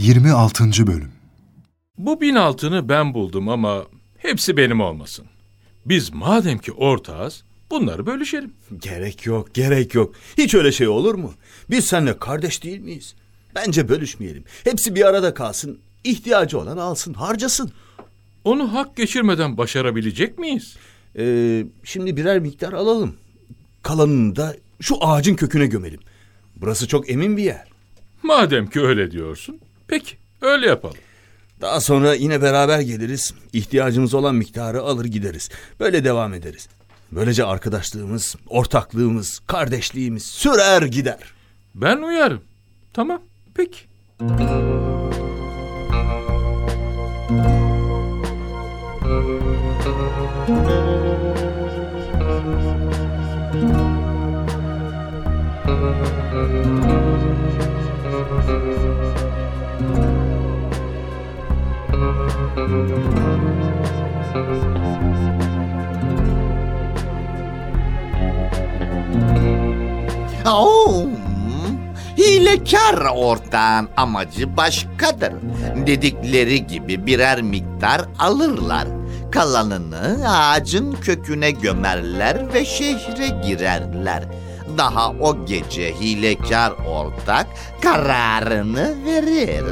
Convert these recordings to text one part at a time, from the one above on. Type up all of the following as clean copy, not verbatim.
26. Bölüm. Bu 1000 altını ben buldum ama hepsi benim olmasın. Biz madem ki ortağız, bunları bölüşelim. Gerek yok. Hiç öyle şey olur mu? Biz seninle kardeş değil miyiz? Bence bölüşmeyelim. Hepsi bir arada kalsın. İhtiyacı olan alsın, harcasın. Onu hak geçirmeden başarabilecek miyiz? Şimdi birer miktar alalım. Kalanını da şu ağacın köküne gömelim. Burası çok emin bir yer. Madem ki öyle diyorsun, peki öyle yapalım. Daha sonra yine beraber geliriz. İhtiyacımız olan miktarı alır gideriz. Böyle devam ederiz. Böylece arkadaşlığımız, ortaklığımız, kardeşliğimiz sürer gider. Ben uyarım. Tamam, peki. Hilekar ortağın amacı başkadır. Dedikleri gibi birer miktar alırlar. Kalanını ağacın köküne gömerler ve şehre girerler. Daha o gece hilekar ortak kararını verir.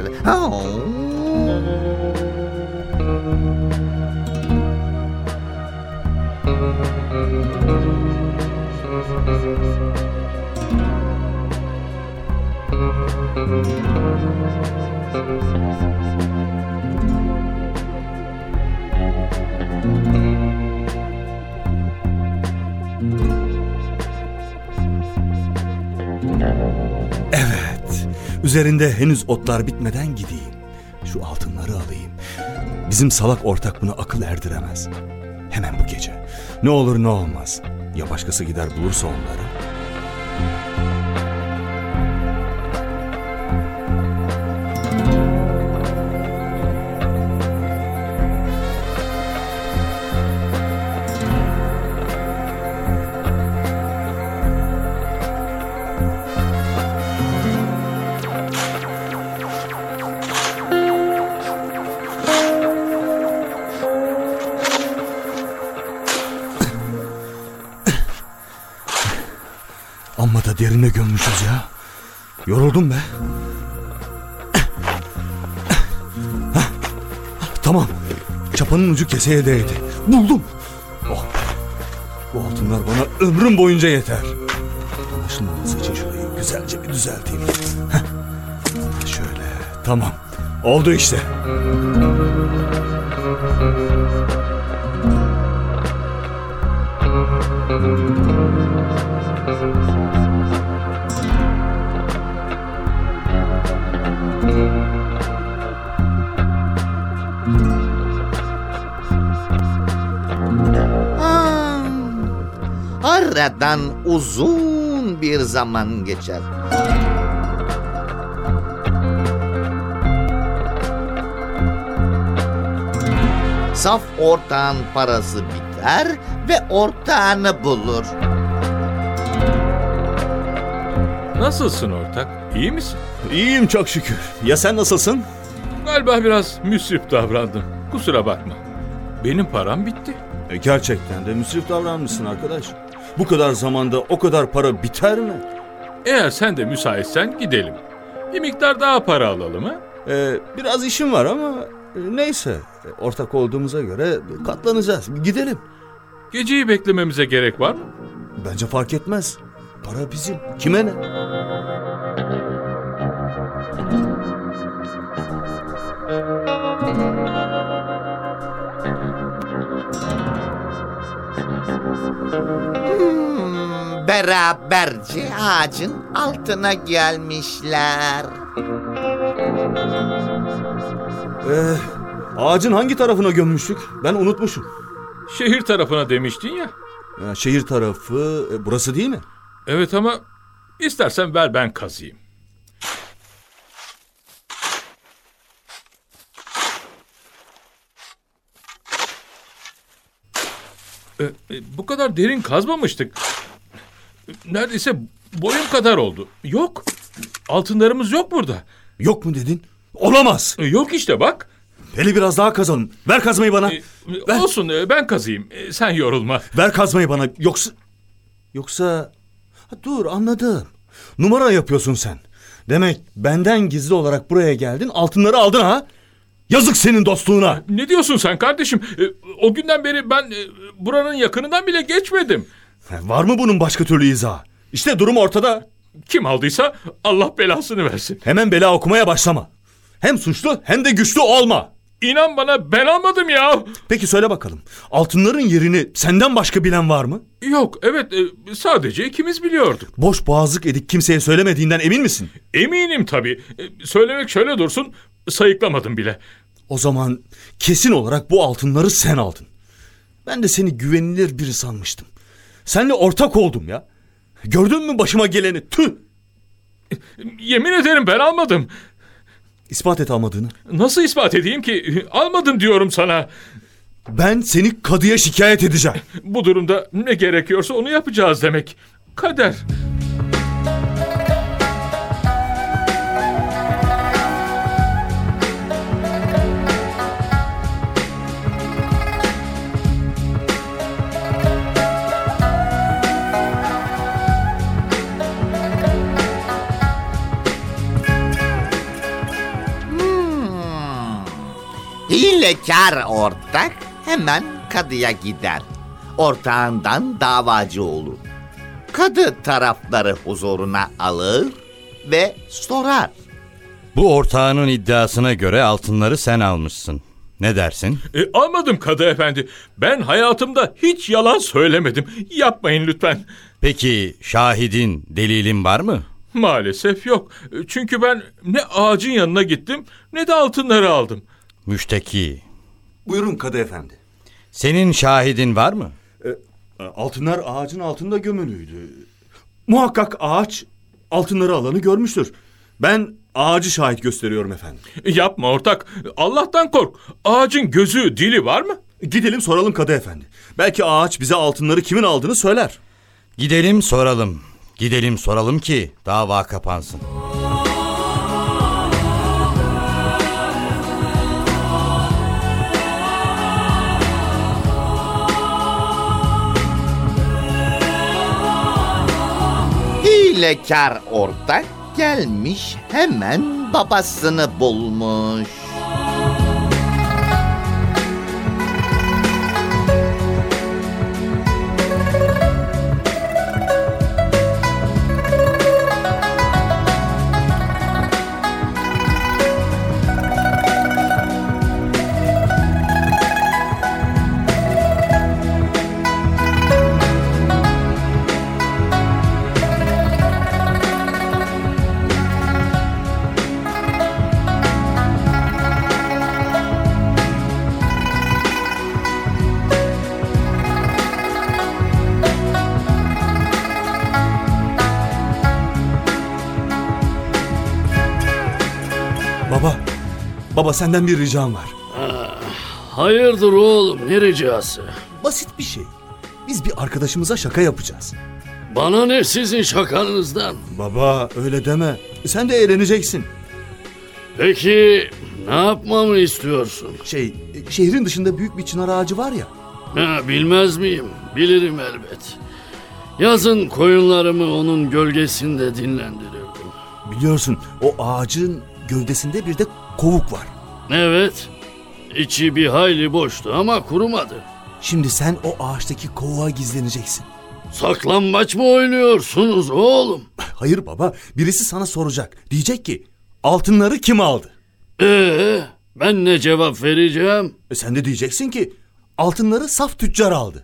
Evet, üzerinde henüz otlar bitmeden gideyim. Şu altınları alayım. Bizim salak ortak buna akıl erdiremez. Hemen bu gece. Ne olur ne olmaz. Ya başkası gider bulursa onları? Amma da derine gömmüşüz ya. Yoruldum be. Tamam. Çapanın ucu keseye değdi. Buldum. Oh be. Bu altınlar bana ömrüm boyunca yeter. Anlaşılmaması için şurayı güzelce bir düzelteyim. Şöyle. Tamam. Oldu işte. Aradan uzun bir zaman geçer. Saf ortağın parası biter ve ortağını bulur. Nasılsın ortak? İyi misin? İyiyim çok şükür. Ya sen nasılsın? Galiba biraz müsrif davrandım. Kusura bakma. Benim param bitti. Gerçekten de müsrif davranmışsın arkadaş. Bu kadar zamanda o kadar para biter mi? Eğer sen de müsaitsen gidelim. Bir miktar daha para alalım ha? Biraz işim var ama neyse. Ortak olduğumuza göre katlanacağız. Gidelim. Geceyi beklememize gerek var mı? Bence fark etmez. Para bizim. Kime ne? Beraberce ağacın altına gelmişler. Ağacın hangi tarafına gömmüştük? Ben unutmuşum. Şehir tarafına demiştin ya. Şehir tarafı burası değil mi? Evet ama istersen ver ben kazıyım. Bu kadar derin kazmamıştık. Neredeyse boyum kadar oldu. Yok. Altınlarımız yok burada. Yok mu dedin? Olamaz. Yok işte bak. Hele biraz daha kazalım. Ver kazmayı bana. Ver. Olsun ben kazıyım. Sen yorulma. Ver kazmayı bana. Yoksa... Ha, dur, anladım. Numara yapıyorsun sen. Demek benden gizli olarak buraya geldin, altınları aldın ha? Yazık senin dostluğuna. Ne diyorsun sen kardeşim? O günden beri ben buranın yakınından bile geçmedim. Var mı bunun başka türlü izahı? İşte durum ortada. Kim aldıysa Allah belasını versin. Hemen bela okumaya başlama. Hem suçlu hem de güçlü olma. İnan bana, ben almadım ya. Peki söyle bakalım. Altınların yerini senden başka bilen var mı? Yok, evet, sadece ikimiz biliyorduk. Boş boğazlık edip kimseye söylemediğinden emin misin? Eminim tabii. Söylemek şöyle dursun, sayıklamadım bile. O zaman kesin olarak bu altınları sen aldın. Ben de seni güvenilir biri sanmıştım. Seninle ortak oldum ya. Gördün mü başıma geleni? Tüh! Yemin ederim ben almadım. İspat et almadığını. Nasıl ispat edeyim ki? Almadım diyorum sana. Ben seni kadıya şikayet edeceğim. Bu durumda ne gerekiyorsa onu yapacağız demek. Kader. Hilekar ortak hemen kadıya gider. Ortağından davacı olur. Kadı tarafları huzuruna alır ve sorar. Bu ortağının iddiasına göre altınları sen almışsın. Ne dersin? Almadım Kadı Efendi. Ben hayatımda hiç yalan söylemedim. Yapmayın lütfen. Peki şahidin, delilin var mı? Maalesef yok. Çünkü ben ne ağacın yanına gittim ne de altınları aldım. Müşteki, Buyurun Kadı Efendi. senin şahidin var mı? Altınlar ağacın altında gömülüydü. Muhakkak ağaç altınları alanı görmüştür. Ben ağacı şahit gösteriyorum efendim. Yapma ortak. Allah'tan kork. Ağacın gözü, dili var mı? Gidelim soralım Kadı Efendi. Belki ağaç bize altınları kimin aldığını söyler. Gidelim soralım. Gidelim soralım ki dava kapansın. Hilekar ortak gelmiş hemen babasını bulmuş. Baba senden bir ricam var. Hayırdır oğlum, ne ricası? Basit bir şey. Biz bir arkadaşımıza şaka yapacağız. Bana ne sizin şakanızdan? Baba öyle deme. Sen de eğleneceksin. Peki ne yapmamı istiyorsun? Şehrin dışında büyük bir çınar ağacı var ya. Bilmez miyim? Bilirim elbet. Yazın koyunlarımı onun gölgesinde dinlendirirdim. Biliyorsun o ağacın gövdesinde bir de kovuk var. Evet. İçi bir hayli boştu ama kurumadı. Şimdi sen o ağaçtaki kovuğa gizleneceksin. Saklambaç mı oynuyorsunuz oğlum? Hayır baba, birisi sana soracak. Diyecek ki altınları kim aldı? Ben ne cevap vereceğim? Sen de diyeceksin ki altınları saf tüccar aldı.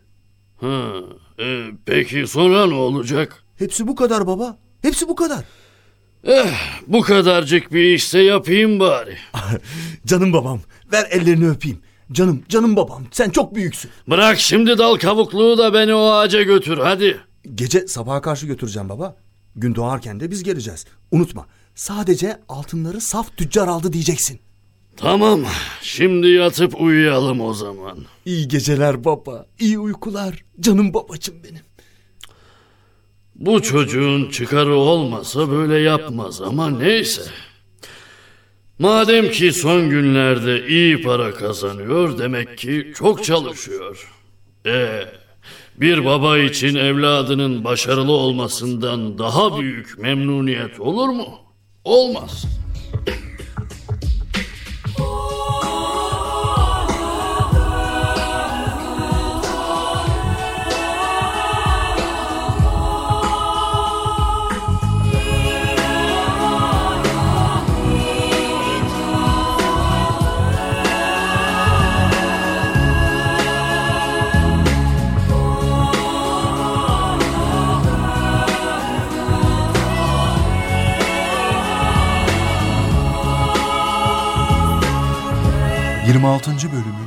Peki sonra ne olacak? Hepsi bu kadar baba. Hepsi bu kadar. Bu kadarcık bir işse yapayım bari. Canım babam, ver ellerini öpeyim. Canım babam, sen çok büyüksün. Bırak şimdi dal kavukluğu da beni o ağaca götür hadi. Gece sabaha karşı götüreceğim baba. Gün doğarken de biz geleceğiz. Unutma, sadece altınları saf tüccar aldı diyeceksin. Tamam, şimdi yatıp uyuyalım o zaman. İyi geceler baba, iyi uykular. Canım babacığım benim. Bu çocuğun çıkarı olmasa böyle yapmaz ama neyse. Madem ki son günlerde iyi para kazanıyor, demek ki çok çalışıyor. Bir baba için evladının başarılı olmasından daha büyük memnuniyet olur mu? Olmaz. ...26. bölümün